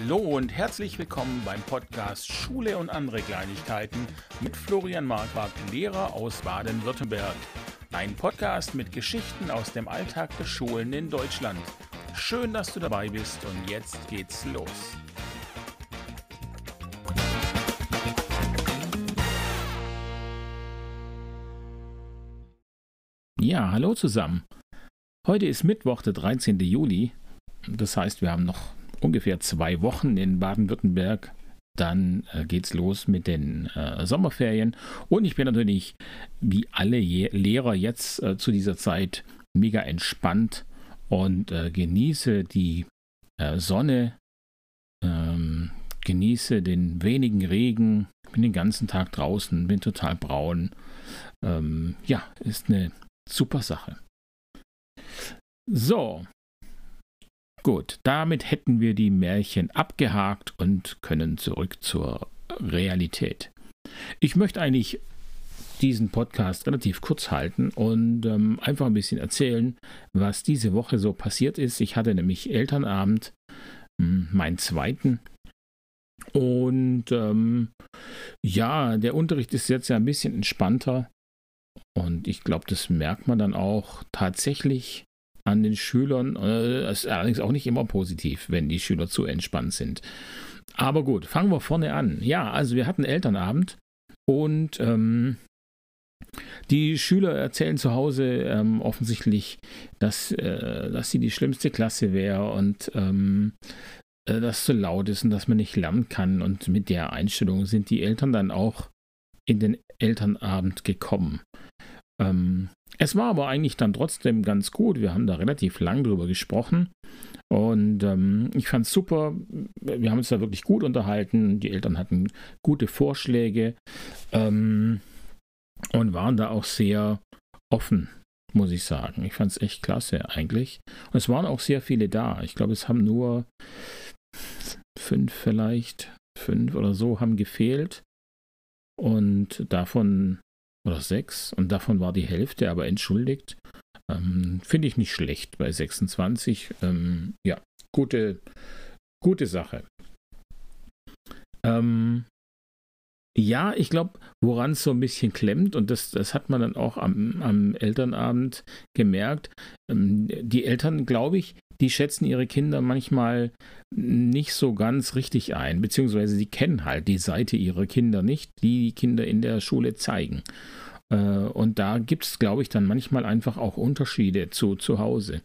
Hallo und herzlich willkommen beim Podcast Schule und andere Kleinigkeiten mit Florian Marquardt, Lehrer aus Baden-Württemberg. Ein Podcast mit Geschichten aus dem Alltag der Schulen in Deutschland. Schön, dass du dabei bist und jetzt geht's los. Ja, hallo zusammen. Heute ist Mittwoch, der 13. Juli. Das heißt, wir haben noch ungefähr 2 Wochen in Baden-Württemberg. Dann geht's los mit den Sommerferien. Und ich bin natürlich, wie alle Lehrer jetzt zu dieser Zeit, mega entspannt und genieße die Sonne, genieße den wenigen Regen, bin den ganzen Tag draußen, bin total braun. Ist eine super Sache. So. Gut, damit hätten wir die Märchen abgehakt und können zurück zur Realität. Ich möchte eigentlich diesen Podcast relativ kurz halten und einfach ein bisschen erzählen, was diese Woche so passiert ist. Ich hatte nämlich Elternabend, meinen zweiten. Und der Unterricht ist jetzt ja ein bisschen entspannter. Und ich glaube, das merkt man dann auch tatsächlich an den Schülern. Das ist allerdings auch nicht immer positiv, wenn die Schüler zu entspannt sind. Aber gut, fangen wir vorne an. Ja, also wir hatten Elternabend und die Schüler erzählen zu Hause offensichtlich, dass sie die schlimmste Klasse wäre und dass es so laut ist und dass man nicht lernen kann. Und mit der Einstellung sind die Eltern dann auch in den Elternabend gekommen. Es war aber eigentlich dann trotzdem ganz gut. Wir haben da relativ lang drüber gesprochen und ich fand es super. Wir haben uns da wirklich gut unterhalten. Die Eltern hatten gute Vorschläge und waren da auch sehr offen, muss ich sagen. Ich fand es echt klasse eigentlich. Und es waren auch sehr viele da. Ich glaube, es haben nur 5 oder so haben gefehlt und davon oder 6 und davon war die Hälfte aber entschuldigt. Finde ich nicht schlecht bei 26. Gute Sache. Ich glaube, woran es so ein bisschen klemmt, und das hat man dann auch am Elternabend gemerkt, die Eltern, glaube ich, die schätzen ihre Kinder manchmal nicht so ganz richtig ein, beziehungsweise sie kennen halt die Seite ihrer Kinder nicht, die die Kinder in der Schule zeigen. Und da gibt es, glaube ich, dann manchmal einfach auch Unterschiede zu Hause.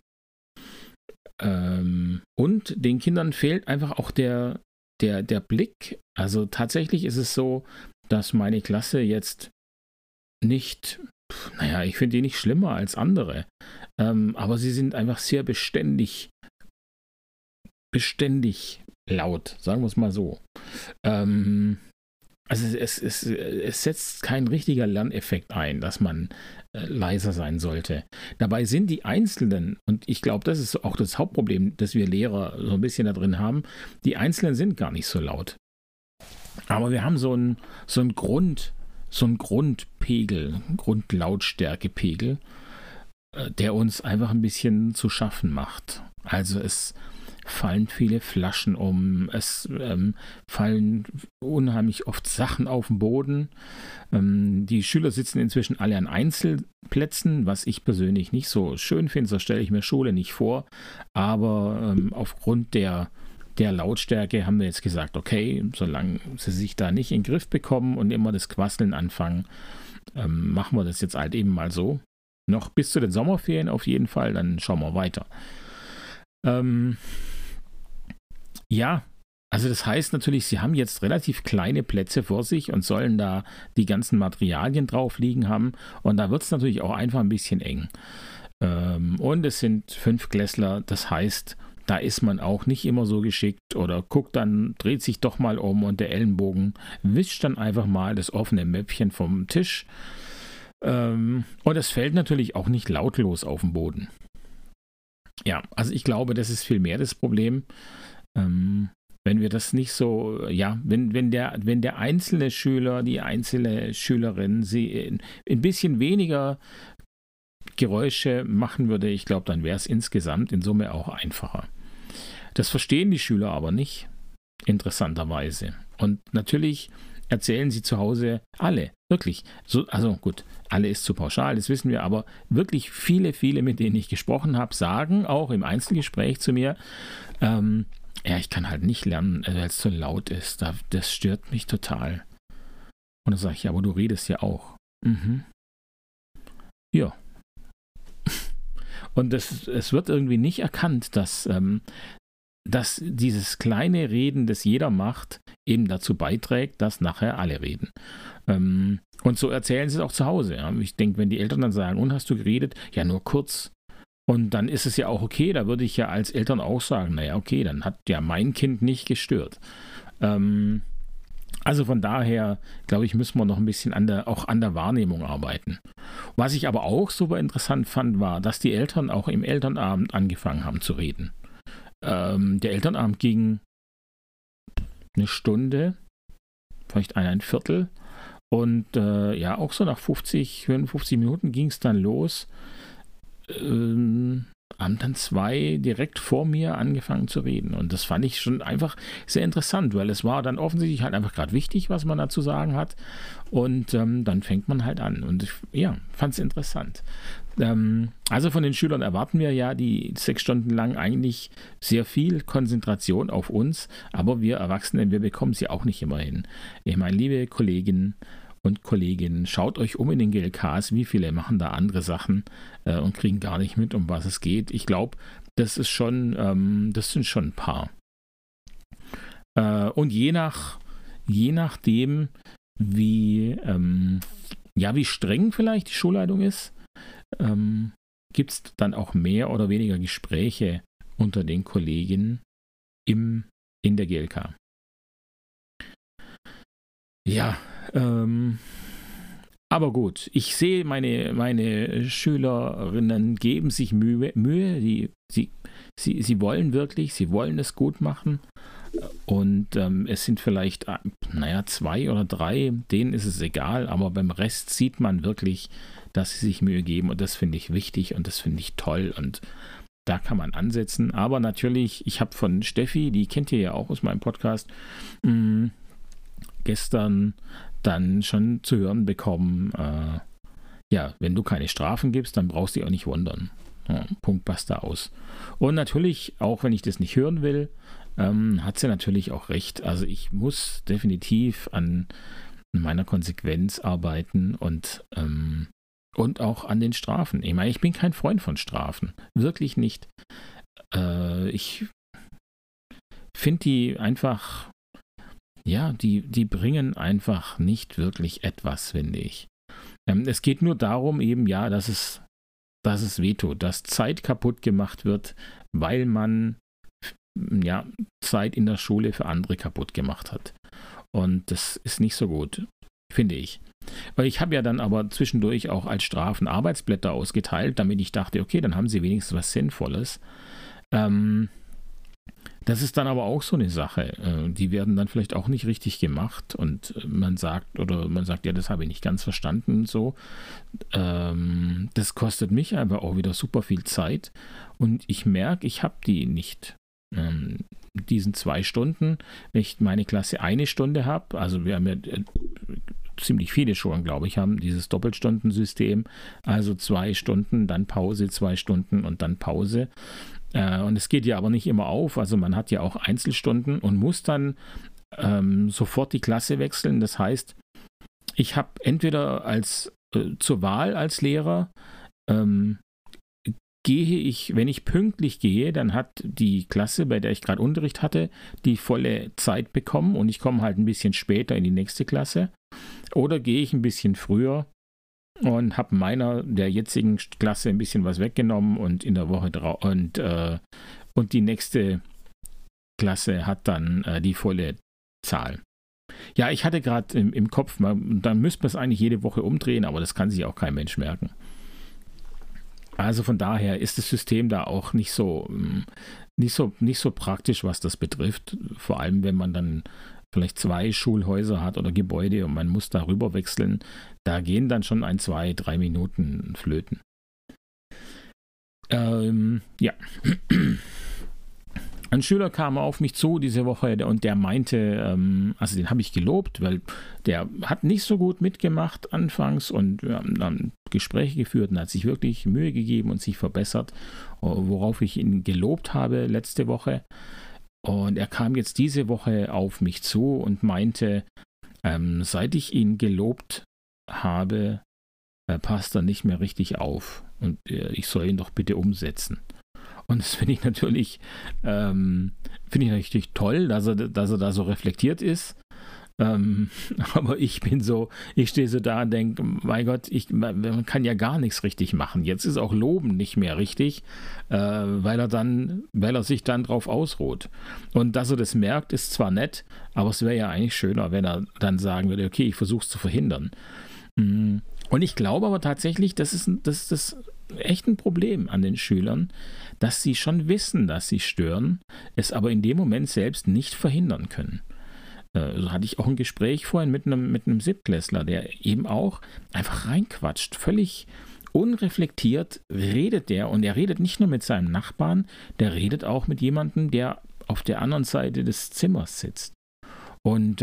Und den Kindern fehlt einfach auch der Blick. Also tatsächlich ist es so, dass meine Klasse jetzt nicht, ich finde die nicht schlimmer als andere, aber sie sind einfach sehr beständig laut, sagen wir es mal so. Also es setzt kein richtiger Lerneffekt ein, dass man leiser sein sollte. Dabei sind die Einzelnen, und ich glaube, das ist auch das Hauptproblem, das wir Lehrer so ein bisschen da drin haben, die Einzelnen sind gar nicht so laut. Aber wir haben so einen Grundpegel, Grundlautstärkepegel, der uns einfach ein bisschen zu schaffen macht. Also es fallen viele Flaschen um, es fallen unheimlich oft Sachen auf den Boden. Die Schüler sitzen inzwischen alle an Einzelplätzen, was ich persönlich nicht so schön finde, so stelle ich mir Schule nicht vor. Aber aufgrund der Lautstärke haben wir jetzt gesagt, okay, solange sie sich da nicht in den Griff bekommen und immer das Quasseln anfangen, machen wir das jetzt halt eben mal so. Noch bis zu den Sommerferien auf jeden Fall, dann schauen wir weiter. Also das heißt natürlich, sie haben jetzt relativ kleine Plätze vor sich und sollen da die ganzen Materialien drauf liegen haben. Und da wird es natürlich auch einfach ein bisschen eng. Und es sind 5 Klässler, das heißt, da ist man auch nicht immer so geschickt oder guckt dann, dreht sich doch mal um und der Ellenbogen wischt dann einfach mal das offene Mäppchen vom Tisch. Und es fällt natürlich auch nicht lautlos auf den Boden. Ja, also ich glaube, das ist viel mehr das Problem. Wenn wir das nicht so, wenn der einzelne Schüler, die einzelne Schülerin sie ein bisschen weniger Geräusche machen würde, ich glaube, dann wäre es insgesamt in Summe auch einfacher. Das verstehen die Schüler aber nicht. interessanterweise. Und natürlich erzählen sie zu Hause alle, wirklich. So, also gut, alle ist zu pauschal, das wissen wir, aber wirklich viele, viele, mit denen ich gesprochen habe, sagen auch im Einzelgespräch zu mir, ja, ich kann halt nicht lernen, weil es so laut ist. Das stört mich total. Und dann sage ich, ja, aber du redest ja auch. Mhm. Ja. Und es wird irgendwie nicht erkannt, dass dieses kleine Reden, das jeder macht, eben dazu beiträgt, dass nachher alle reden. Und so erzählen sie es auch zu Hause. Ja. Ich denke, wenn die Eltern dann sagen, und hast du geredet? Ja, nur kurz. Und dann ist es ja auch okay, da würde ich ja als Eltern auch sagen, naja, okay, dann hat ja mein Kind nicht gestört. Also von daher, glaube ich, müssen wir noch ein bisschen auch an der Wahrnehmung arbeiten. Was ich aber auch super interessant fand, war, dass die Eltern auch im Elternabend angefangen haben zu reden. Der Elternabend ging eine Stunde, vielleicht ein Viertel. Und ja, auch so nach 55 Minuten ging es dann los. Haben dann zwei direkt vor mir angefangen zu reden. Und das fand ich schon einfach sehr interessant, weil es war dann offensichtlich halt einfach gerade wichtig, was man da zu sagen hat. Und dann fängt man halt an. Und ich fand es interessant. Also von den Schülern erwarten wir ja die 6 Stunden lang eigentlich sehr viel Konzentration auf uns, aber wir Erwachsene, wir bekommen sie auch nicht immer hin. Ich meine, liebe Kolleginnen und Kolleginnen, schaut euch um in den GLKs, wie viele machen da andere Sachen und kriegen gar nicht mit, um was es geht. Ich glaube, das sind schon ein paar. Und je nachdem, wie streng vielleicht die Schulleitung ist, gibt es dann auch mehr oder weniger Gespräche unter den Kollegen in der GLK. Ja, aber gut, ich sehe, meine Schülerinnen geben sich Mühe, sie wollen wirklich, sie wollen es gut machen und es sind vielleicht, 2 oder 3, denen ist es egal, aber beim Rest sieht man wirklich, dass sie sich Mühe geben und das finde ich wichtig und das finde ich toll und da kann man ansetzen, aber natürlich, ich habe von Steffi, die kennt ihr ja auch aus meinem Podcast, gestern dann schon zu hören bekommen, wenn du keine Strafen gibst, dann brauchst du dich auch nicht wundern. Ja, Punkt, basta aus. Und natürlich, auch wenn ich das nicht hören will, hat sie natürlich auch recht. Also ich muss definitiv an meiner Konsequenz arbeiten und auch an den Strafen. Ich meine, ich bin kein Freund von Strafen. Wirklich nicht. Ich finde die einfach, die bringen einfach nicht wirklich etwas, finde ich. Es geht nur darum eben, dass es wehtut, dass Zeit kaputt gemacht wird, weil man Zeit in der Schule für andere kaputt gemacht hat. Und das ist nicht so gut, finde ich. Weil ich habe ja dann aber zwischendurch auch als Strafen Arbeitsblätter ausgeteilt, damit ich dachte, okay, dann haben sie wenigstens was Sinnvolles. Das ist dann aber auch so eine Sache. Die werden dann vielleicht auch nicht richtig gemacht und man sagt, ja, das habe ich nicht ganz verstanden und so. Das kostet mich aber auch wieder super viel Zeit und ich merke, ich habe die nicht. Diesen 2 Stunden, wenn ich meine Klasse 1 Stunde habe, also wir haben ja ziemlich viele Schulen, glaube ich, haben dieses Doppelstundensystem, also 2 Stunden, dann Pause, 2 Stunden und dann Pause. Und es geht ja aber nicht immer auf, also man hat ja auch Einzelstunden und muss dann sofort die Klasse wechseln. Das heißt, ich habe entweder zur Wahl als Lehrer, wenn ich pünktlich gehe, dann hat die Klasse, bei der ich gerade Unterricht hatte, die volle Zeit bekommen und ich komme halt ein bisschen später in die nächste Klasse. Oder gehe ich ein bisschen früher und habe der jetzigen Klasse ein bisschen was weggenommen und in der Woche drauf und die nächste Klasse hat dann die volle Zahl. Ja, ich hatte gerade im Kopf, dann müsste man es eigentlich jede Woche umdrehen, aber das kann sich auch kein Mensch merken. Also von daher ist das System da auch nicht so praktisch, was das betrifft. Vor allem, wenn man dann vielleicht 2 Schulhäuser hat oder Gebäude und man muss darüber wechseln, da gehen dann schon 1, 2, 3 Minuten flöten. Ja. Ein Schüler kam auf mich zu diese Woche und der meinte, also den habe ich gelobt, weil der hat nicht so gut mitgemacht anfangs und wir haben dann Gespräche geführt und hat sich wirklich Mühe gegeben und sich verbessert, worauf ich ihn gelobt habe letzte Woche. Und er kam jetzt diese Woche auf mich zu und meinte, seit ich ihn gelobt habe, passt er nicht mehr richtig auf und ich soll ihn doch bitte umsetzen. Und das finde ich natürlich toll, dass er da so reflektiert ist. Aber ich stehe so da und denke, mein Gott, man kann ja gar nichts richtig machen. Jetzt ist auch Loben nicht mehr richtig, weil er sich dann drauf ausruht. Und dass er das merkt, ist zwar nett, aber es wäre ja eigentlich schöner, wenn er dann sagen würde, okay, ich versuche es zu verhindern. Und ich glaube aber tatsächlich, das ist echt ein Problem an den Schülern, dass sie schon wissen, dass sie stören, es aber in dem Moment selbst nicht verhindern können. So hatte ich auch ein Gespräch vorhin mit einem Siebtklässler, der eben auch einfach reinquatscht, völlig unreflektiert redet der und er redet nicht nur mit seinem Nachbarn, der redet auch mit jemandem, der auf der anderen Seite des Zimmers sitzt. Und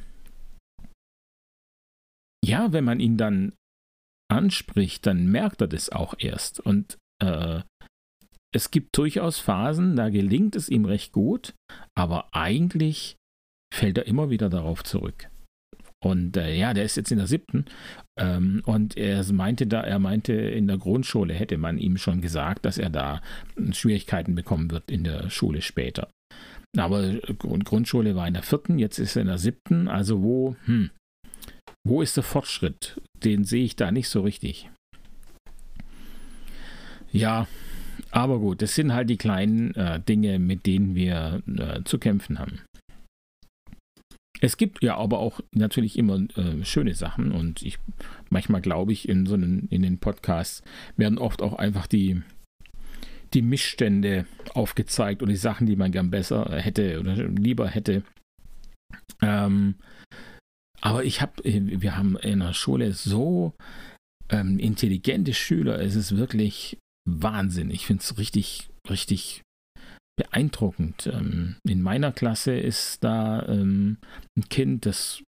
ja, wenn man ihn dann anspricht, dann merkt er das auch erst. Und es gibt durchaus Phasen, da gelingt es ihm recht gut, aber eigentlich fällt er immer wieder darauf zurück. Und der ist jetzt in der 7. Und er meinte, in der Grundschule hätte man ihm schon gesagt, dass er da Schwierigkeiten bekommen wird in der Schule später. Aber Grundschule war in der 4., jetzt ist er in der 7. Also wo ist der Fortschritt? Den sehe ich da nicht so richtig. Ja, aber gut, das sind halt die kleinen Dinge, mit denen wir zu kämpfen haben. Es gibt ja aber auch natürlich immer schöne Sachen und manchmal glaube ich, in den Podcasts werden oft auch einfach die Missstände aufgezeigt oder die Sachen, die man gern besser hätte oder lieber hätte. Aber wir haben in der Schule so intelligente Schüler, es ist wirklich Wahnsinn. Ich finde es richtig, richtig beeindruckend. In meiner Klasse ist da ein Kind, es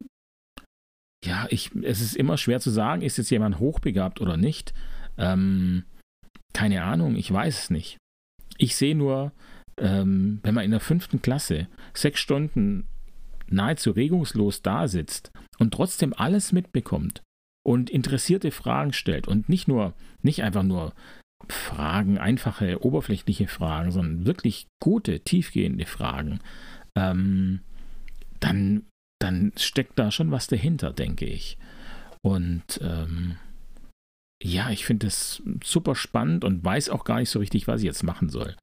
ist immer schwer zu sagen, ist jetzt jemand hochbegabt oder nicht. Keine Ahnung, ich weiß es nicht. Ich sehe nur, wenn man in der 5. Klasse 6 Stunden nahezu regungslos da sitzt und trotzdem alles mitbekommt und interessierte Fragen stellt und nicht einfach nur Fragen, einfache, oberflächliche Fragen, sondern wirklich gute, tiefgehende Fragen, dann steckt da schon was dahinter, denke ich. Und ich finde das super spannend und weiß auch gar nicht so richtig, was ich jetzt machen soll.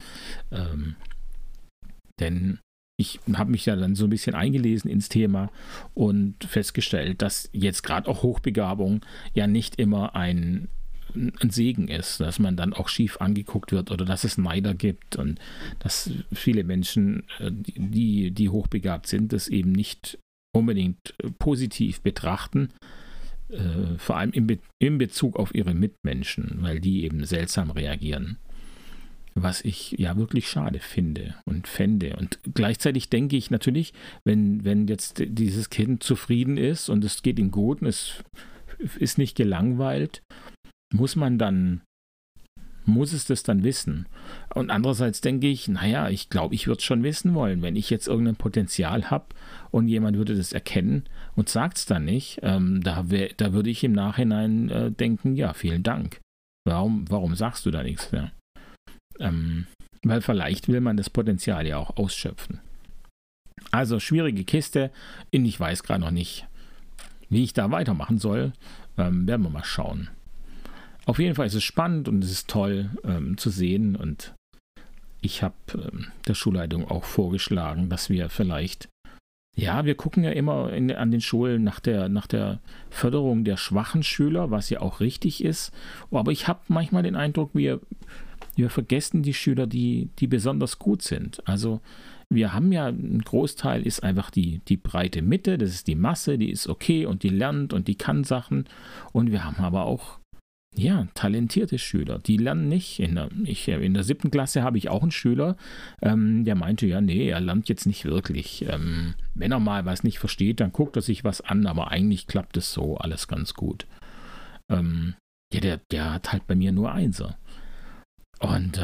Denn ich habe mich ja dann so ein bisschen eingelesen ins Thema und festgestellt, dass jetzt gerade auch Hochbegabung ja nicht immer ein Segen ist, dass man dann auch schief angeguckt wird oder dass es Neider gibt und dass viele Menschen, die hochbegabt sind, das eben nicht unbedingt positiv betrachten, vor allem in Bezug auf ihre Mitmenschen, weil die eben seltsam reagieren. Was ich ja wirklich schade finde und fände. Und gleichzeitig denke ich natürlich, wenn jetzt dieses Kind zufrieden ist und es geht ihm gut und es ist nicht gelangweilt, muss es das dann wissen. Und andererseits denke ich, ich glaube, ich würde es schon wissen wollen, wenn ich jetzt irgendein Potenzial habe und jemand würde das erkennen und sagt es dann nicht, da würde ich im Nachhinein denken, ja, vielen Dank. Warum sagst du da nichts mehr? Weil vielleicht will man das Potenzial ja auch ausschöpfen. Also schwierige Kiste. Ich weiß gerade noch nicht, wie ich da weitermachen soll. Werden wir mal schauen. Auf jeden Fall ist es spannend und es ist toll zu sehen. Und ich habe der Schulleitung auch vorgeschlagen, dass wir vielleicht, wir gucken ja immer an den Schulen nach der Förderung der schwachen Schüler, was ja auch richtig ist. Aber ich habe manchmal den Eindruck, wir vergessen die Schüler, die besonders gut sind. Also wir haben ja, ein Großteil ist einfach die breite Mitte, das ist die Masse, die ist okay und die lernt und die kann Sachen. Und wir haben aber auch ja, talentierte Schüler, die lernen nicht. In der 7. Klasse habe ich auch einen Schüler, der meinte, ja, nee, er lernt jetzt nicht wirklich. Wenn er mal was nicht versteht, dann guckt er sich was an, aber eigentlich klappt es so alles ganz gut. Ja, der hat halt bei mir nur Einser. Und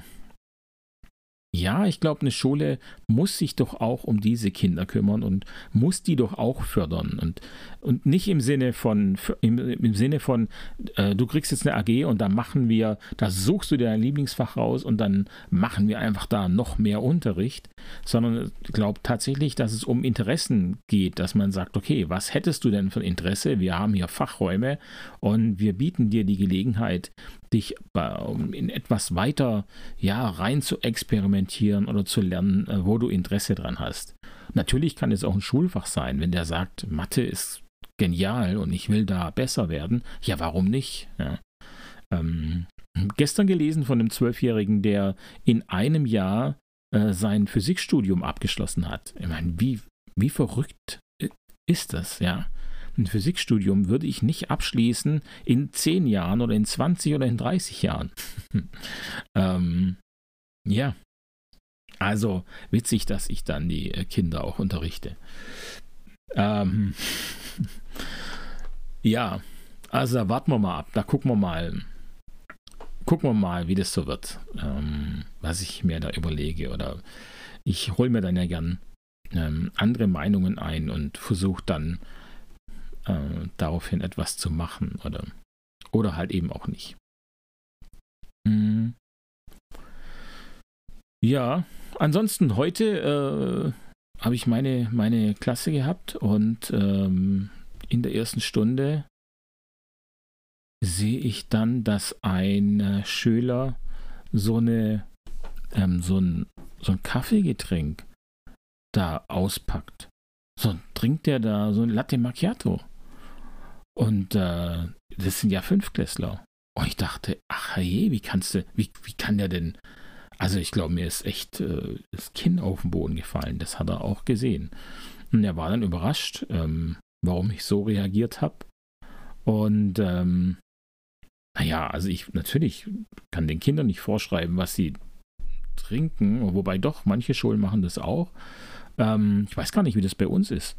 ja, ich glaube, eine Schule muss sich doch auch um diese Kinder kümmern und muss die doch auch fördern. Und nicht im Sinne von du kriegst jetzt eine AG und da suchst du dir dein Lieblingsfach raus und dann machen wir einfach da noch mehr Unterricht, sondern ich glaube tatsächlich, dass es um Interessen geht, dass man sagt, okay, was hättest du denn für ein Interesse? Wir haben hier Fachräume und wir bieten dir die Gelegenheit, dich in etwas weiter rein zu experimentieren oder zu lernen, wo du Interesse dran hast. Natürlich kann es auch ein Schulfach sein, wenn der sagt, Mathe ist genial und ich will da besser werden. Ja, warum nicht? Ja. Gestern gelesen von einem 12-Jährigen, der in einem Jahr sein Physikstudium abgeschlossen hat. Ich meine, wie verrückt ist das, ja? Ein Physikstudium würde ich nicht abschließen in 10 Jahren oder in 20 oder in 30 Jahren. Ja, also witzig, dass ich dann die Kinder auch unterrichte. Ja, also da warten wir mal ab, da gucken wir mal, wie das so wird, was ich mir da überlege. Oder ich hole mir dann ja gern andere Meinungen ein und versuche dann daraufhin etwas zu machen oder halt eben auch nicht. Ja, ansonsten heute habe ich meine Klasse gehabt und in der ersten Stunde sehe ich dann, dass ein Schüler so ein Kaffeegetränk da auspackt. So trinkt der da so ein Latte Macchiato. Und das sind ja 5-Klässler. Und ich dachte, ach je, wie kann der denn? Also ich glaube, mir ist echt das Kinn auf den Boden gefallen. Das hat er auch gesehen. Und er war dann überrascht, warum ich so reagiert habe. Und naja, also ich natürlich kann den Kindern nicht vorschreiben, was sie trinken. Wobei doch, manche Schulen machen das auch. Ich weiß gar nicht, wie das bei uns ist.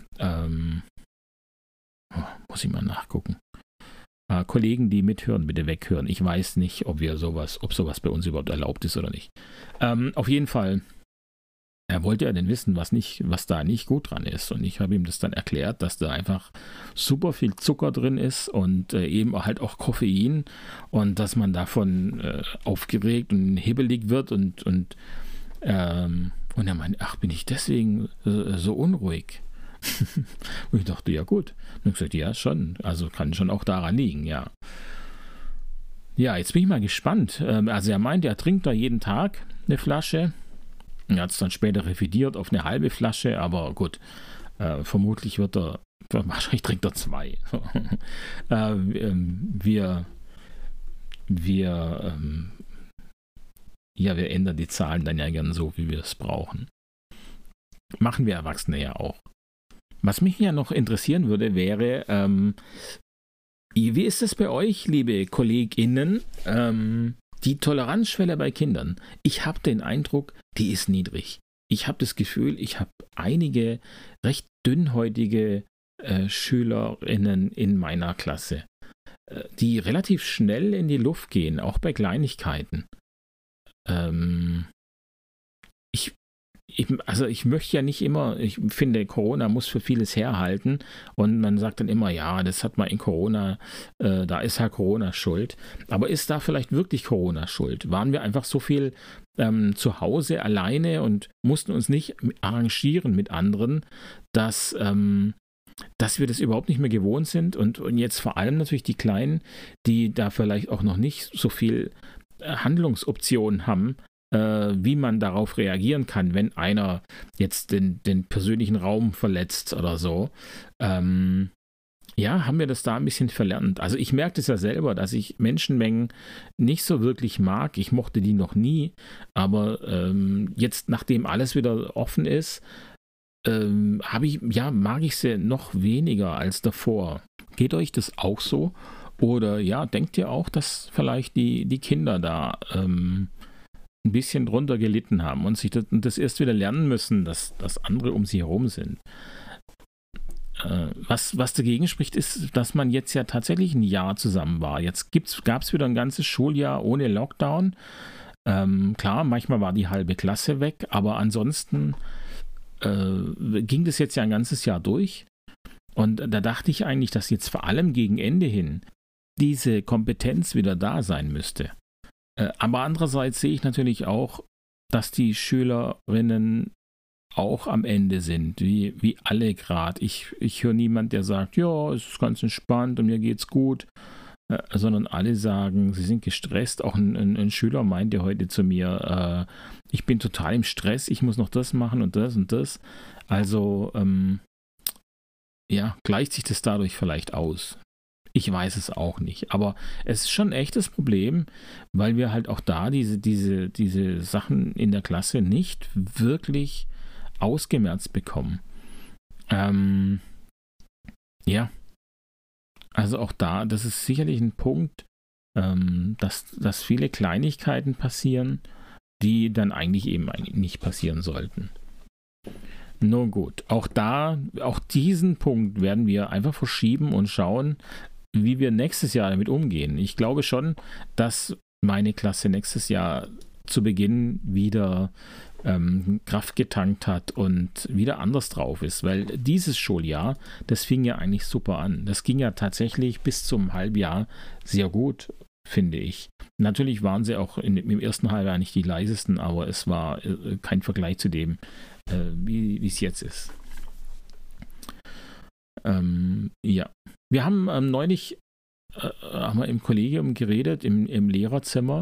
Muss ich mal nachgucken. Kollegen, die mithören, bitte weghören. Ich weiß nicht, ob sowas bei uns überhaupt erlaubt ist oder nicht. Auf jeden Fall, er wollte ja denn wissen, was da nicht gut dran ist. Und ich habe ihm das dann erklärt, dass da einfach super viel Zucker drin ist und eben halt auch Koffein und dass man davon aufgeregt und hibbelig wird und er meinte, ach, bin ich deswegen so unruhig? Und ich dachte, ja gut. Und ich sagte, ja schon, also kann schon auch daran liegen, ja. Ja, jetzt bin ich mal gespannt. Also er meint, er trinkt da jeden Tag eine Flasche. Er hat es dann später revidiert auf eine halbe Flasche, aber gut, wahrscheinlich trinkt er 2. Wir ändern die Zahlen dann ja gern so, wie wir es brauchen. Machen wir Erwachsene ja auch. Was mich ja noch interessieren würde, wäre, wie ist es bei euch, liebe KollegInnen, die Toleranzschwelle bei Kindern? Ich habe den Eindruck, die ist niedrig. Ich habe das Gefühl, ich habe einige recht dünnhäutige SchülerInnen in meiner Klasse, die relativ schnell in die Luft gehen, auch bei Kleinigkeiten. Ich möchte ja nicht immer, ich finde, Corona muss für vieles herhalten und man sagt dann immer, ja, das hat man in Corona, da ist ja Corona schuld. Aber ist da vielleicht wirklich Corona schuld? Waren wir einfach so viel zu Hause alleine und mussten uns nicht arrangieren mit anderen, dass wir das überhaupt nicht mehr gewohnt sind und jetzt vor allem natürlich die Kleinen, die da vielleicht auch noch nicht so viel Handlungsoptionen haben, wie man darauf reagieren kann, wenn einer jetzt den persönlichen Raum verletzt oder so. Haben wir das da ein bisschen verlernt. Also ich merke das ja selber, dass ich Menschenmengen nicht so wirklich mag. Ich mochte die noch nie, aber jetzt, nachdem alles wieder offen ist, mag ich sie noch weniger als davor. Geht euch das auch so? Oder ja, denkt ihr auch, dass vielleicht die Kinder da ein bisschen drunter gelitten haben und sich das erst wieder lernen müssen, dass andere um sie herum sind? Was dagegen spricht, ist, dass man jetzt ja tatsächlich ein Jahr zusammen war. Jetzt gab es wieder ein ganzes Schuljahr ohne Lockdown. Klar, manchmal war die halbe Klasse weg, aber ansonsten ging das jetzt ja ein ganzes Jahr durch. Und da dachte ich eigentlich, dass jetzt vor allem gegen Ende hin diese Kompetenz wieder da sein müsste. Aber andererseits sehe ich natürlich auch, dass die Schülerinnen auch am Ende sind, wie alle gerade. Ich höre niemand, der sagt, ja, es ist ganz entspannt und mir geht's gut, sondern alle sagen, sie sind gestresst. Auch ein Schüler meinte heute zu mir, ich bin total im Stress, ich muss noch das machen und das und das. Also, ja, gleicht sich das dadurch vielleicht aus. Ich weiß es auch nicht, aber es ist schon ein echtes Problem, weil wir halt auch da diese Sachen in der Klasse nicht wirklich ausgemerzt bekommen. Ja, also auch da, das ist sicherlich ein Punkt, dass viele Kleinigkeiten passieren, die dann eigentlich eben nicht passieren sollten. Nun gut, auch diesen Punkt werden wir einfach verschieben und schauen, wie wir nächstes Jahr damit umgehen. Ich glaube schon, dass meine Klasse nächstes Jahr zu Beginn wieder Kraft getankt hat und wieder anders drauf ist, weil dieses Schuljahr, das fing ja eigentlich super an. Das ging ja tatsächlich bis zum Halbjahr sehr gut, finde ich. Natürlich waren sie auch im ersten Halbjahr nicht die leisesten, aber es war kein Vergleich zu dem, wie es jetzt ist. Ja. Wir haben neulich haben wir im Kollegium geredet, im Lehrerzimmer,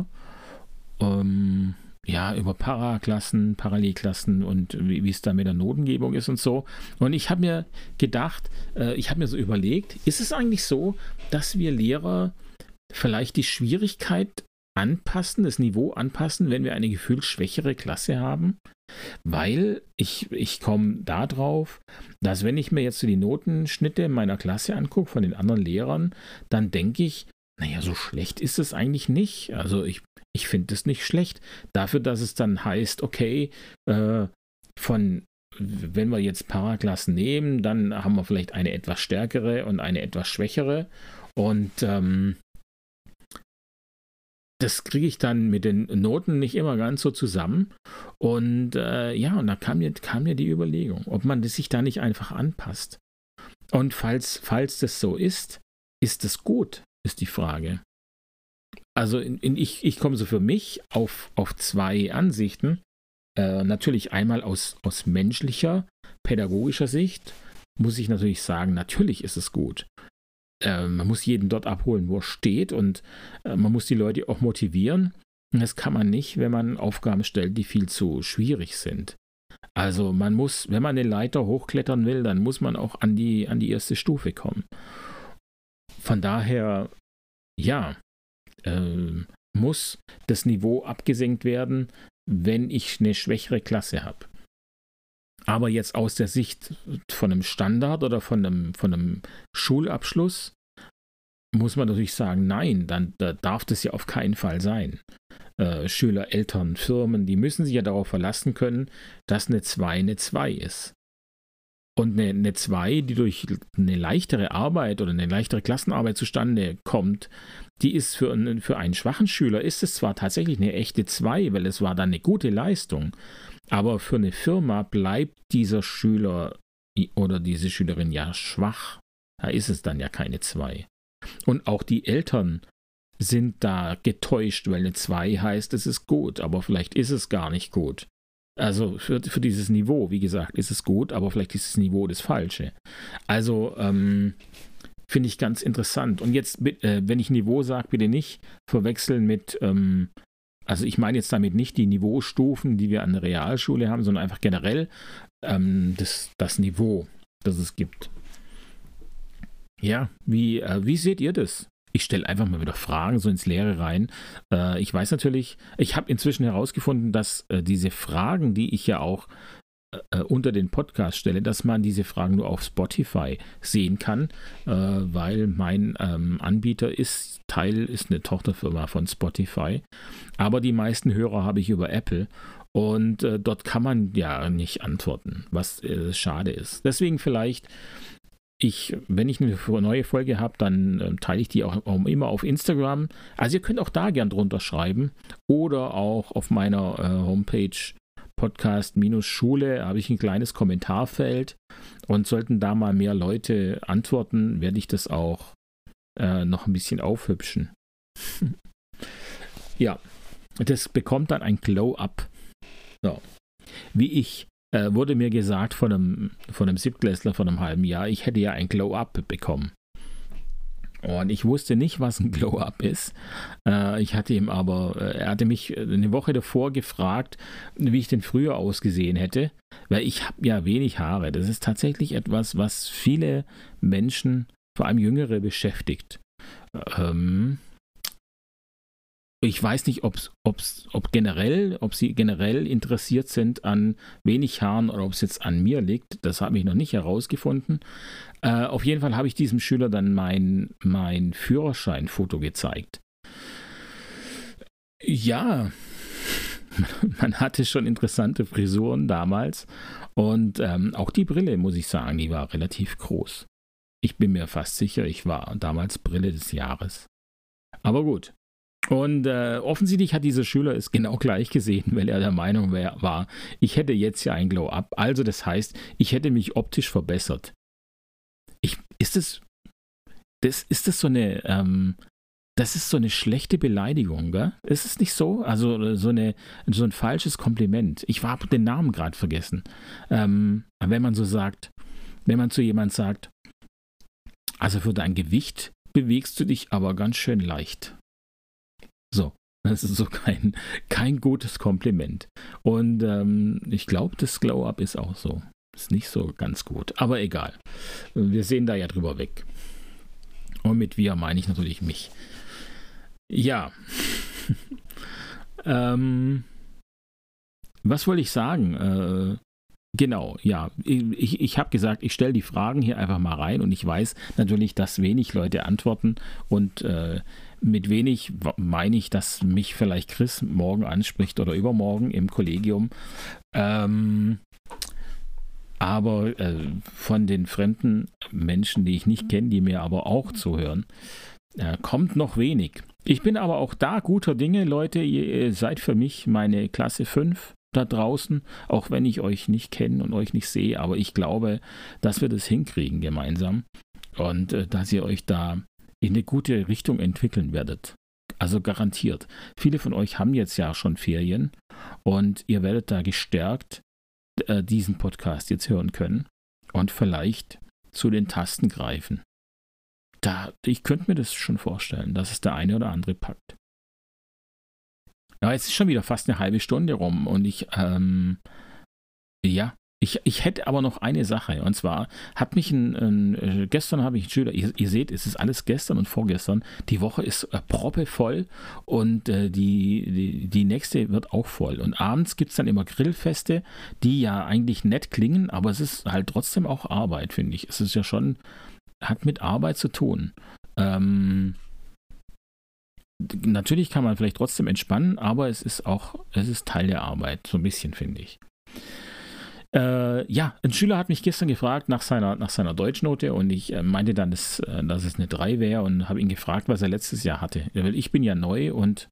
ja, über Paraklassen, Parallelklassen und wie es da mit der Notengebung ist und so. Und ich habe mir gedacht, ich habe mir so überlegt, ist es eigentlich so, dass wir Lehrer vielleicht die Schwierigkeit anpassen, das Niveau anpassen, wenn wir eine gefühlt schwächere Klasse haben? Weil ich komme da drauf, dass wenn ich mir jetzt so die Notenschnitte meiner Klasse angucke von den anderen Lehrern, dann denke ich, naja, so schlecht ist es eigentlich nicht. Also ich finde es nicht schlecht. Dafür, dass es dann heißt, okay, wenn wir jetzt Paraklassen nehmen, dann haben wir vielleicht eine etwas stärkere und eine etwas schwächere. Und das kriege ich dann mit den Noten nicht immer ganz so zusammen. Und ja, und da kam mir die Überlegung, ob man sich da nicht einfach anpasst. Und falls das so ist es gut, ist die Frage. Also ich komme so für mich auf zwei Ansichten. Natürlich einmal aus menschlicher, pädagogischer Sicht muss ich natürlich sagen, natürlich ist es gut. Man muss jeden dort abholen, wo er steht, und man muss die Leute auch motivieren. Und das kann man nicht, wenn man Aufgaben stellt, die viel zu schwierig sind. Also man muss, wenn man eine Leiter hochklettern will, dann muss man auch an die erste Stufe kommen. Von daher, ja, muss das Niveau abgesenkt werden, wenn ich eine schwächere Klasse habe. Aber jetzt aus der Sicht von einem Standard oder von einem Schulabschluss muss man natürlich sagen, nein, dann darf das ja auf keinen Fall sein. Schüler, Eltern, Firmen, die müssen sich ja darauf verlassen können, dass eine 2 ist. Und eine 2, die durch eine leichtere Arbeit oder eine leichtere Klassenarbeit zustande kommt, die ist für einen schwachen Schüler, ist es zwar tatsächlich eine echte 2, weil es war dann eine gute Leistung, aber für eine Firma bleibt dieser Schüler oder diese Schülerin ja schwach. Da ist es dann ja keine 2. Und auch die Eltern sind da getäuscht, weil eine 2 heißt, es ist gut, aber vielleicht ist es gar nicht gut. Also für dieses Niveau, wie gesagt, ist es gut, aber vielleicht ist das Niveau das Falsche. Also finde ich ganz interessant. Und jetzt, wenn ich Niveau sage, bitte nicht verwechseln mit, also ich meine jetzt damit nicht die Niveaustufen, die wir an der Realschule haben, sondern einfach generell das Niveau, das es gibt. Ja, wie seht ihr das? Ich stelle einfach mal wieder Fragen so ins Leere rein. Ich weiß natürlich, ich habe inzwischen herausgefunden, dass diese Fragen, die ich ja auch unter den Podcast stelle, dass man diese Fragen nur auf Spotify sehen kann, weil mein Anbieter ist eine Tochterfirma von Spotify. Aber die meisten Hörer habe ich über Apple. Und dort kann man ja nicht antworten, was schade ist. Deswegen vielleicht, wenn ich eine neue Folge habe, dann teile ich die auch immer auf Instagram. Also ihr könnt auch da gern drunter schreiben oder auch auf meiner Homepage Podcast-Schule habe ich ein kleines Kommentarfeld und sollten da mal mehr Leute antworten, werde ich das auch noch ein bisschen aufhübschen. Ja, das bekommt dann ein Glow-Up. So. Wie ich, wurde mir gesagt von einem Siebtklässler von einem halben Jahr, ich hätte ja ein Glow-Up bekommen. Und ich wusste nicht, was ein Glow-Up ist. Ich hatte ihm aber, er hatte mich eine Woche davor gefragt, wie ich denn früher ausgesehen hätte, weil ich habe ja wenig Haare. Das ist tatsächlich etwas, was viele Menschen, vor allem Jüngere, beschäftigt. Ich weiß nicht, ob sie generell interessiert sind an wenig Haaren oder ob es jetzt an mir liegt. Das habe ich noch nicht herausgefunden. Auf jeden Fall habe ich diesem Schüler dann mein Führerscheinfoto gezeigt. Ja, man hatte schon interessante Frisuren damals und auch die Brille, muss ich sagen, die war relativ groß. Ich bin mir fast sicher, ich war damals Brille des Jahres. Aber gut. Und offensichtlich hat dieser Schüler es genau gleich gesehen, weil er der Meinung war, ich hätte jetzt ja ein Glow-Up. Also das heißt, ich hätte mich optisch verbessert. Das ist so eine schlechte Beleidigung, gell? Ist es nicht so? Also so ein falsches Kompliment. Ich habe den Namen gerade vergessen. Wenn man zu jemand sagt, also für dein Gewicht bewegst du dich aber ganz schön leicht. So, das ist so kein gutes Kompliment. Und ich glaube, das Glow-Up ist auch so. Ist nicht so ganz gut, aber egal. Wir sehen da ja drüber weg. Und mit wir meine ich natürlich mich. Ja. Was wollte ich sagen? Genau, ja. Ich habe gesagt, ich stelle die Fragen hier einfach mal rein und ich weiß natürlich, dass wenig Leute antworten und mit wenig meine ich, dass mich vielleicht Chris morgen anspricht oder übermorgen im Kollegium. Aber von den fremden Menschen, die ich nicht kenne, die mir aber auch zuhören, kommt noch wenig. Ich bin aber auch da guter Dinge, Leute. Ihr seid für mich meine Klasse 5 da draußen, auch wenn ich euch nicht kenne und euch nicht sehe. Aber ich glaube, dass wir das hinkriegen gemeinsam und dass ihr euch da in eine gute Richtung entwickeln werdet. Also garantiert. Viele von euch haben jetzt ja schon Ferien und ihr werdet da gestärkt diesen Podcast jetzt hören können und vielleicht zu den Tasten greifen. Ich könnte mir das schon vorstellen, dass es der eine oder andere packt. Ja, jetzt ist schon wieder fast eine halbe Stunde rum und ich hätte aber noch eine Sache und zwar hat mich gestern habe ich einen Schüler, ihr seht, es ist alles gestern und vorgestern, die Woche ist proppevoll und die nächste wird auch voll und abends gibt es dann immer Grillfeste, die ja eigentlich nett klingen, aber es ist halt trotzdem auch Arbeit, finde ich. Es ist ja schon, hat mit Arbeit zu tun. Natürlich kann man vielleicht trotzdem entspannen, aber es ist Teil der Arbeit, so ein bisschen, finde ich. Ein Schüler hat mich gestern gefragt nach seiner Deutschnote und ich meinte dann, dass es eine 3 wäre und habe ihn gefragt, was er letztes Jahr hatte. Weil ich bin ja neu und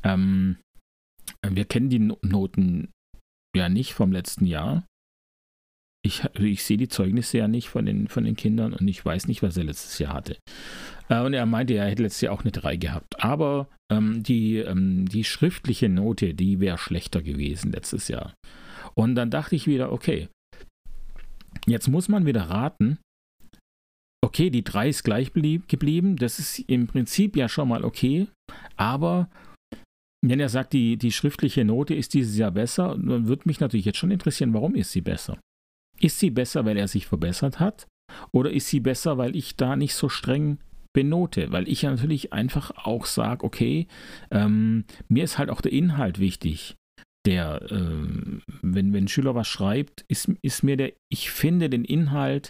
wir kennen die Noten ja nicht vom letzten Jahr. Ich sehe die Zeugnisse ja nicht von den Kindern und ich weiß nicht, was er letztes Jahr hatte. Und er meinte, er hätte letztes Jahr auch eine 3 gehabt. Aber die schriftliche Note, die wäre schlechter gewesen letztes Jahr. Und dann dachte ich wieder, okay, jetzt muss man wieder raten, okay, die 3 ist gleich geblieben, das ist im Prinzip ja schon mal okay, aber wenn er sagt, die schriftliche Note ist dieses Jahr besser, dann würde mich natürlich jetzt schon interessieren, warum ist sie besser? Ist sie besser, weil er sich verbessert hat? Oder ist sie besser, weil ich da nicht so streng benote? Weil ich ja natürlich einfach auch sage, okay, mir ist halt auch der Inhalt wichtig. wenn ein Schüler was schreibt, ist mir ich finde den Inhalt,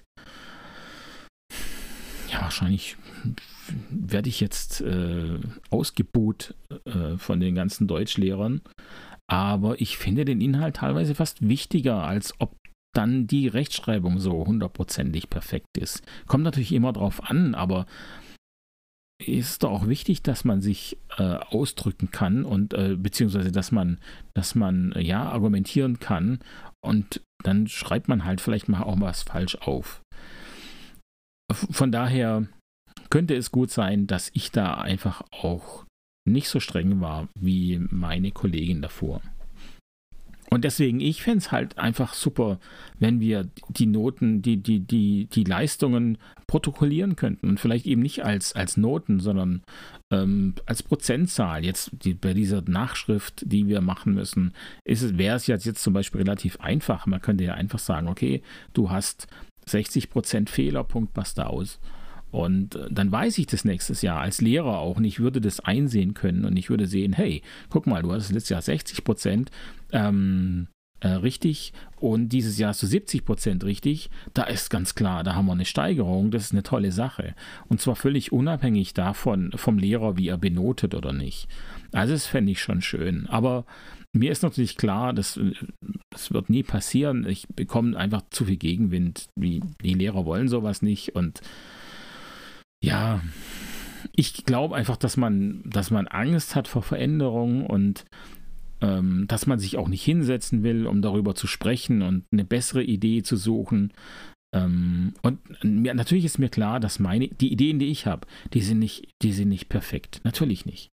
ja, wahrscheinlich werde ich jetzt ausgebuht von den ganzen Deutschlehrern, aber ich finde den Inhalt teilweise fast wichtiger, als ob dann die Rechtschreibung so hundertprozentig perfekt ist. Kommt natürlich immer drauf an, aber ist doch auch wichtig, dass man sich ausdrücken kann und beziehungsweise dass man ja argumentieren kann und dann schreibt man halt vielleicht mal auch was falsch auf. Von daher könnte es gut sein, dass ich da einfach auch nicht so streng war wie meine Kollegin davor. Und deswegen, ich fände es halt einfach super, wenn wir die Noten, die Leistungen protokollieren könnten und vielleicht eben nicht als Noten, sondern als Prozentzahl. Jetzt bei dieser Nachschrift, die wir machen müssen, wäre es jetzt zum Beispiel relativ einfach. Man könnte ja einfach sagen, okay, du hast 60% Fehler, Punkt, basta aus. Und dann weiß ich das nächstes Jahr als Lehrer auch und ich würde das einsehen können und ich würde sehen, hey, guck mal, du hattest letztes Jahr 60% richtig und dieses Jahr hast du 70% richtig. Da ist ganz klar, da haben wir eine Steigerung, das ist eine tolle Sache. Und zwar völlig unabhängig davon, vom Lehrer, wie er benotet oder nicht. Also das fände ich schon schön. Aber mir ist natürlich klar, das wird nie passieren. Ich bekomme einfach zu viel Gegenwind. Die Lehrer wollen sowas nicht und ja, ich glaube einfach, dass man Angst hat vor Veränderung und dass man sich auch nicht hinsetzen will, um darüber zu sprechen und eine bessere Idee zu suchen. Und natürlich ist mir klar, dass die Ideen, die ich habe, die sind nicht perfekt. Natürlich nicht.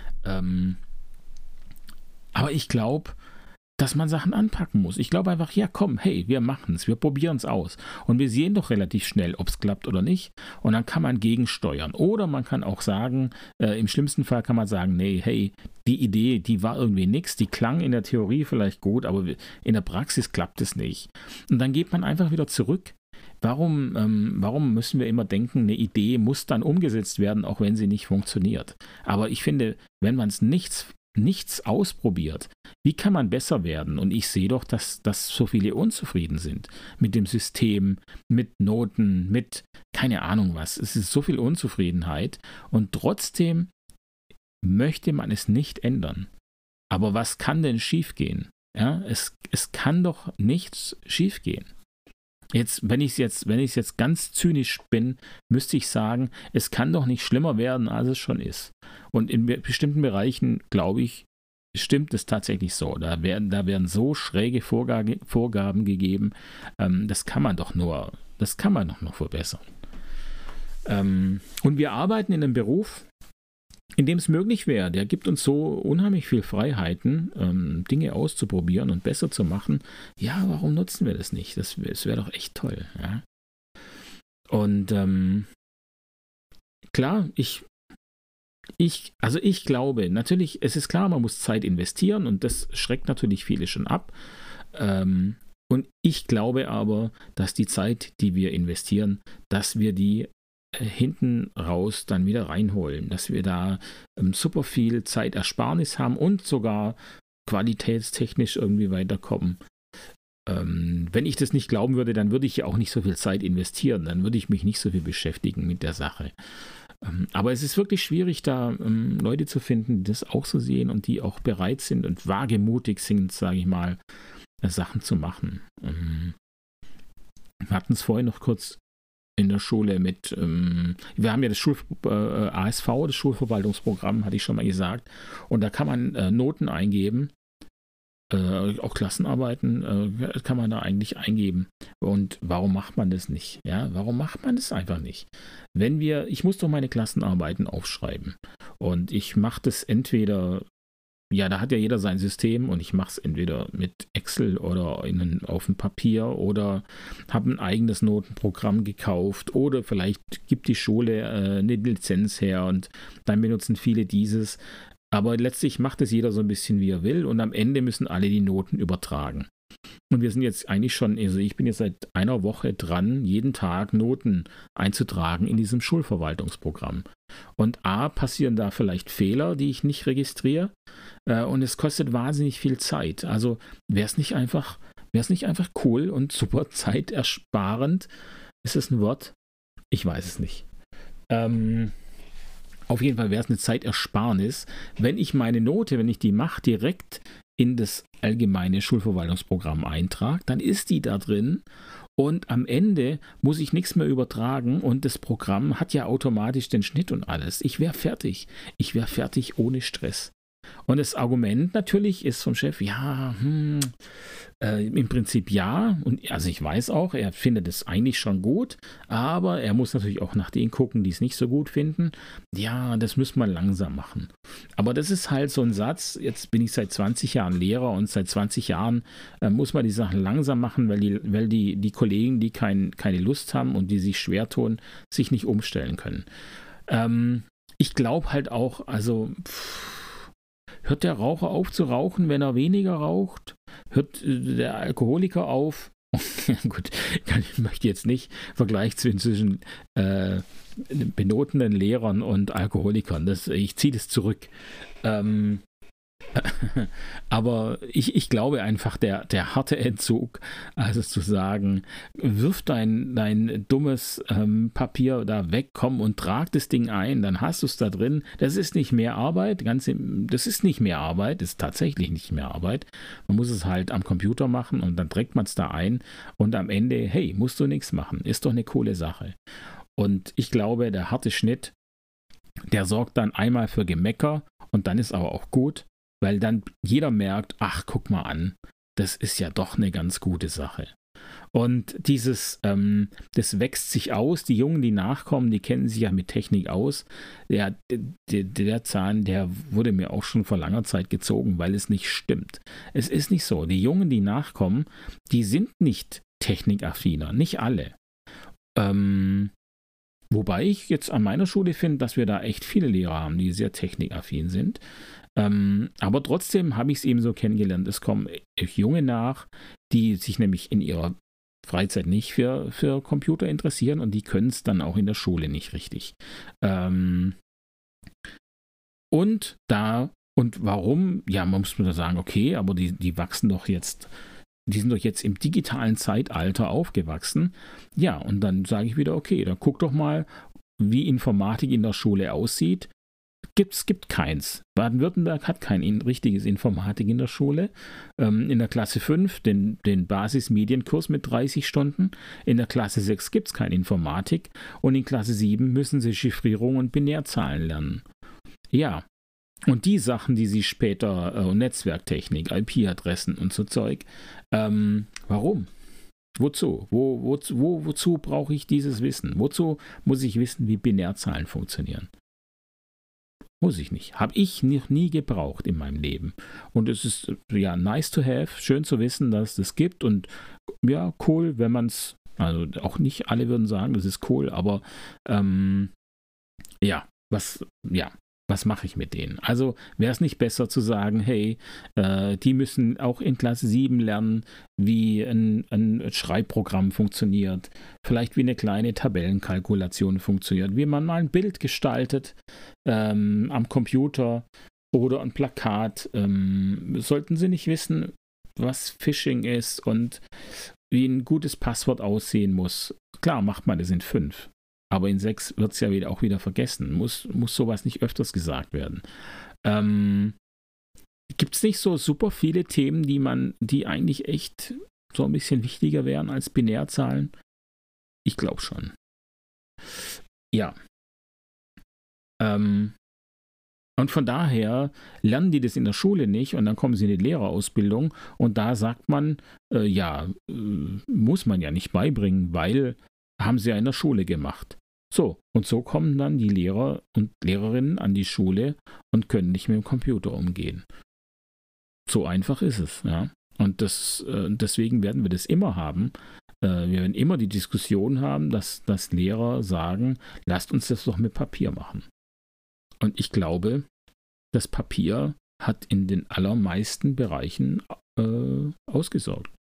Aber ich glaube, dass man Sachen anpacken muss. Ich glaube einfach, ja komm, hey, wir machen es, wir probieren es aus. Und wir sehen doch relativ schnell, ob es klappt oder nicht. Und dann kann man gegensteuern. Oder man kann auch sagen, im schlimmsten Fall kann man sagen, nee, hey, die Idee, die war irgendwie nix, die klang in der Theorie vielleicht gut, aber in der Praxis klappt es nicht. Und dann geht man einfach wieder zurück. Warum müssen wir immer denken, eine Idee muss dann umgesetzt werden, auch wenn sie nicht funktioniert? Aber ich finde, wenn man es nichts ausprobiert, wie kann man besser werden? Und ich sehe doch, dass so viele unzufrieden sind mit dem System, mit Noten, mit keine Ahnung was. Es ist so viel Unzufriedenheit und trotzdem möchte man es nicht ändern. Aber was kann denn schiefgehen? Ja, es kann doch nichts schiefgehen. Wenn ich jetzt ganz zynisch bin, müsste ich sagen, es kann doch nicht schlimmer werden, als es schon ist. Und in bestimmten Bereichen, glaube ich, stimmt es tatsächlich so. Da werden so schräge Vorgaben gegeben, das kann man doch noch verbessern. Und wir arbeiten in einem Beruf, in dem es möglich wäre. Der gibt uns so unheimlich viel Freiheiten, Dinge auszuprobieren und besser zu machen. Ja, warum nutzen wir das nicht? Das wäre doch echt toll. Ja? Und klar, ich glaube, natürlich, es ist klar, man muss Zeit investieren und das schreckt natürlich viele schon ab. Und ich glaube aber, dass die Zeit, die wir investieren, dass wir die hinten raus dann wieder reinholen, dass wir da super viel Zeitersparnis haben und sogar qualitätstechnisch irgendwie weiterkommen. Wenn ich das nicht glauben würde, dann würde ich ja auch nicht so viel Zeit investieren, dann würde ich mich nicht so viel beschäftigen mit der Sache. Aber es ist wirklich schwierig, da Leute zu finden, die das auch so sehen und die auch bereit sind und wagemutig sind, sage ich mal, Sachen zu machen. Wir hatten es vorhin noch kurz in der Schule wir haben ja das ASV, das Schulverwaltungsprogramm, hatte ich schon mal gesagt, und da kann man Noten eingeben, auch Klassenarbeiten kann man da eigentlich eingeben. Und warum macht man das nicht? Ja, warum macht man das einfach nicht? Ich muss doch meine Klassenarbeiten aufschreiben und ich mache das entweder, ja, da hat ja jeder sein System und ich mache es entweder mit Excel oder auf dem Papier oder habe ein eigenes Notenprogramm gekauft oder vielleicht gibt die Schule eine Lizenz her und dann benutzen viele dieses. Aber letztlich macht es jeder so ein bisschen, wie er will und am Ende müssen alle die Noten übertragen. Und wir sind jetzt eigentlich schon, also ich bin jetzt seit einer Woche dran, jeden Tag Noten einzutragen in diesem Schulverwaltungsprogramm. Und A, passieren da vielleicht Fehler, die ich nicht registriere. Und es kostet wahnsinnig viel Zeit. Also wäre es nicht einfach cool und super zeitersparend? Ist das ein Wort? Ich weiß es nicht. Auf jeden Fall wäre es eine Zeitersparnis, wenn ich meine Note, wenn ich die mache, direkt in das allgemeine Schulverwaltungsprogramm eintrage, dann ist die da drin und am Ende muss ich nichts mehr übertragen und das Programm hat ja automatisch den Schnitt und alles. Ich wäre fertig. Ich wäre fertig ohne Stress. Und das Argument natürlich ist vom Chef, ja, im Prinzip ja. Und also ich weiß auch, er findet es eigentlich schon gut, aber er muss natürlich auch nach denen gucken, die es nicht so gut finden. Ja, das müssen wir langsam machen. Aber das ist halt so ein Satz, jetzt bin ich seit 20 Jahren Lehrer und seit 20 Jahren muss man die Sachen langsam machen, weil die Kollegen, die keine Lust haben und die sich schwer tun, sich nicht umstellen können. Ich glaube halt auch, also hört der Raucher auf zu rauchen, wenn er weniger raucht? Hört der Alkoholiker auf? Gut, ich möchte jetzt nicht Vergleich zwischen benotenen Lehrern und Alkoholikern. Ich ziehe das zurück. Aber ich glaube einfach, der harte Entzug, also zu sagen, wirf dein dummes Papier da weg, komm und trag das Ding ein, dann hast du es da drin. Das ist nicht mehr Arbeit, das ist nicht mehr Arbeit, das ist tatsächlich nicht mehr Arbeit. Man muss es halt am Computer machen und dann trägt man es da ein und am Ende, hey, musst du nichts machen, ist doch eine coole Sache. Und ich glaube, der harte Schnitt, der sorgt dann einmal für Gemecker und dann ist aber auch gut, weil dann jeder merkt, ach, guck mal an, das ist ja doch eine ganz gute Sache. Und das wächst sich aus, die Jungen, die nachkommen, die kennen sich ja mit Technik aus. Der Zahn, der wurde mir auch schon vor langer Zeit gezogen, weil es nicht stimmt. Es ist nicht so. Die Jungen, die nachkommen, die sind nicht technikaffiner, nicht alle. Wobei ich jetzt an meiner Schule finde, dass wir da echt viele Lehrer haben, die sehr technikaffin sind. Aber trotzdem habe ich es eben so kennengelernt. Es kommen Junge nach, die sich nämlich in ihrer Freizeit nicht für Computer interessieren und die können es dann auch in der Schule nicht richtig. Und warum? Ja, man muss mir da sagen, okay, aber die wachsen doch jetzt. Die sind doch jetzt im digitalen Zeitalter aufgewachsen. Ja, und dann sage ich wieder, okay, dann guck doch mal, wie Informatik in der Schule aussieht. Es gibt keins. Baden-Württemberg hat kein richtiges Informatik in der Schule. In der Klasse 5 den Basis-Medienkurs mit 30 Stunden. In der Klasse 6 gibt es keine Informatik. Und in Klasse 7 müssen sie Chiffrierung und Binärzahlen lernen. Ja, und die Sachen, die sie später, Netzwerktechnik, IP-Adressen und so Zeug, warum? Wozu? Wozu brauche ich dieses Wissen? Wozu muss ich wissen, wie Binärzahlen funktionieren? Muss ich nicht. Habe ich noch nie gebraucht in meinem Leben. Und es ist ja nice to have, schön zu wissen, dass es das gibt. Und ja, cool, wenn man es, also auch nicht alle würden sagen, das ist cool, aber was mache ich mit denen? Also wäre es nicht besser zu sagen, hey, die müssen auch in Klasse 7 lernen, wie ein Schreibprogramm funktioniert, vielleicht wie eine kleine Tabellenkalkulation funktioniert, wie man mal ein Bild gestaltet am Computer oder ein Plakat. Sollten sie nicht wissen, was Phishing ist und wie ein gutes Passwort aussehen muss. Klar, macht man das in 5. Aber in 6 wird es ja auch wieder vergessen. Muss sowas nicht öfters gesagt werden. Gibt es nicht so super viele Themen, die eigentlich echt so ein bisschen wichtiger wären als Binärzahlen? Ich glaube schon. Ja. Und von daher lernen die das in der Schule nicht und dann kommen sie in die Lehrerausbildung und da sagt man, muss man ja nicht beibringen, weil haben sie ja in der Schule gemacht. So, und so kommen dann die Lehrer und Lehrerinnen an die Schule und können nicht mit dem Computer umgehen. So einfach ist es, ja. Und deswegen werden wir das immer haben. Wir werden immer die Diskussion haben, dass Lehrer sagen, lasst uns das doch mit Papier machen. Und ich glaube, das Papier hat in den allermeisten Bereichen ausgesorgt.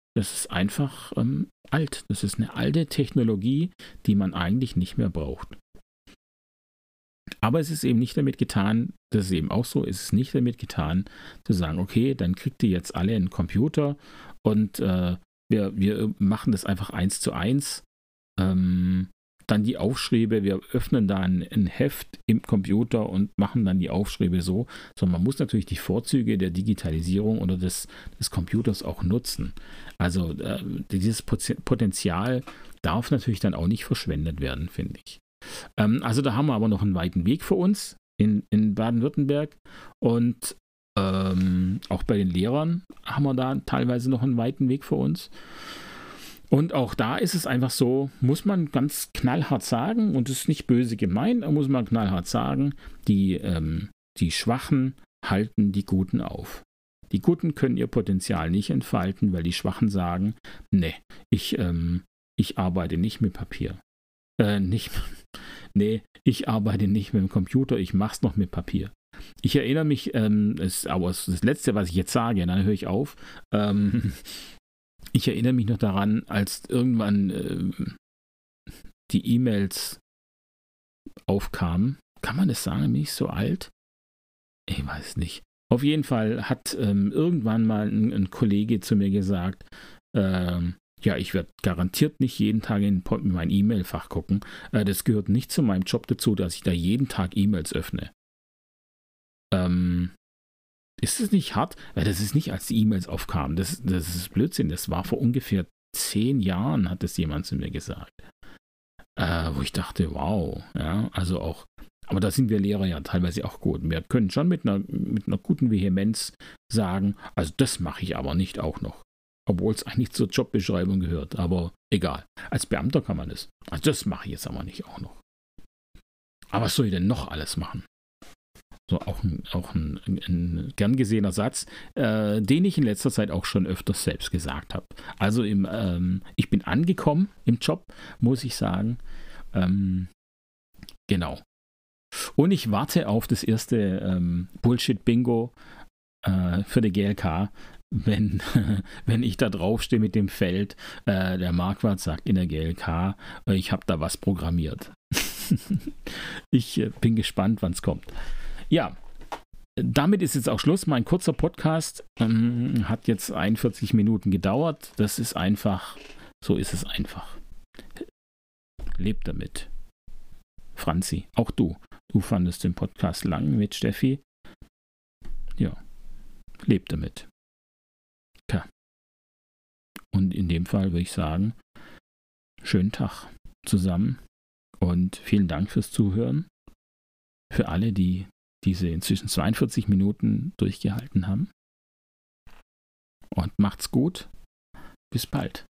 Das ist einfach alt. Das ist eine alte Technologie, die man eigentlich nicht mehr braucht. Aber es ist eben nicht damit getan, das ist eben auch so, es ist nicht damit getan, zu sagen, okay, dann kriegt ihr jetzt alle einen Computer und wir machen das einfach 1:1. Dann die Aufschriebe, wir öffnen da ein Heft im Computer und machen dann die Aufschriebe so, sondern man muss natürlich die Vorzüge der Digitalisierung oder des Computers auch nutzen. Also dieses Potenzial darf natürlich dann auch nicht verschwendet werden, finde ich. Also da haben wir aber noch einen weiten Weg vor uns in Baden-Württemberg und auch bei den Lehrern haben wir da teilweise noch einen weiten Weg vor uns. Und auch da ist es einfach so, muss man ganz knallhart sagen, und das ist nicht böse gemeint, da muss man knallhart sagen, die Schwachen halten die Guten auf. Die Guten können ihr Potenzial nicht entfalten, weil die Schwachen sagen, nee, ich arbeite nicht mit Papier. Ich arbeite nicht mit dem Computer, ich mach's noch mit Papier. Ich erinnere mich, aber das Letzte, was ich jetzt sage, dann höre ich auf. Ich erinnere mich noch daran, als irgendwann die E-Mails aufkamen. Kann man das sagen, bin ich so alt? Ich weiß nicht. Auf jeden Fall hat irgendwann mal ein Kollege zu mir gesagt, ja, ich werde garantiert nicht jeden Tag in mein E-Mail-Fach gucken. Das gehört nicht zu meinem Job dazu, dass ich da jeden Tag E-Mails öffne. Ist es nicht hart? Weil das ist nicht, als die E-Mails aufkamen. Das ist Blödsinn. Das war vor ungefähr 10 Jahren, hat das jemand zu mir gesagt. Wo ich dachte, wow. Ja, also auch, aber da sind wir Lehrer ja teilweise auch gut. Wir können schon mit einer guten Vehemenz sagen, also das mache ich aber nicht auch noch. Obwohl es eigentlich zur Jobbeschreibung gehört. Aber egal. Als Beamter kann man das. Also das mache ich jetzt aber nicht auch noch. Aber was soll ich denn noch alles machen? So auch ein gern gesehener Satz, den ich in letzter Zeit auch schon öfters selbst gesagt habe. Also ich bin angekommen im Job, muss ich sagen. Genau. Und ich warte auf das erste Bullshit-Bingo für die GLK, wenn ich da draufstehe mit dem Feld, der Marquardt sagt in der GLK, ich habe da was programmiert. Ich bin gespannt, wann es kommt. Ja, damit ist jetzt auch Schluss. Mein kurzer Podcast hat jetzt 41 Minuten gedauert. Das ist einfach, so ist es einfach. Lebt damit. Franzi, auch du. Du fandest den Podcast lang mit Steffi. Ja, lebt damit. Ja. Und in dem Fall würde ich sagen, schönen Tag zusammen und vielen Dank fürs Zuhören. Für alle, die diese inzwischen 42 Minuten durchgehalten haben. Und macht's gut. Bis bald.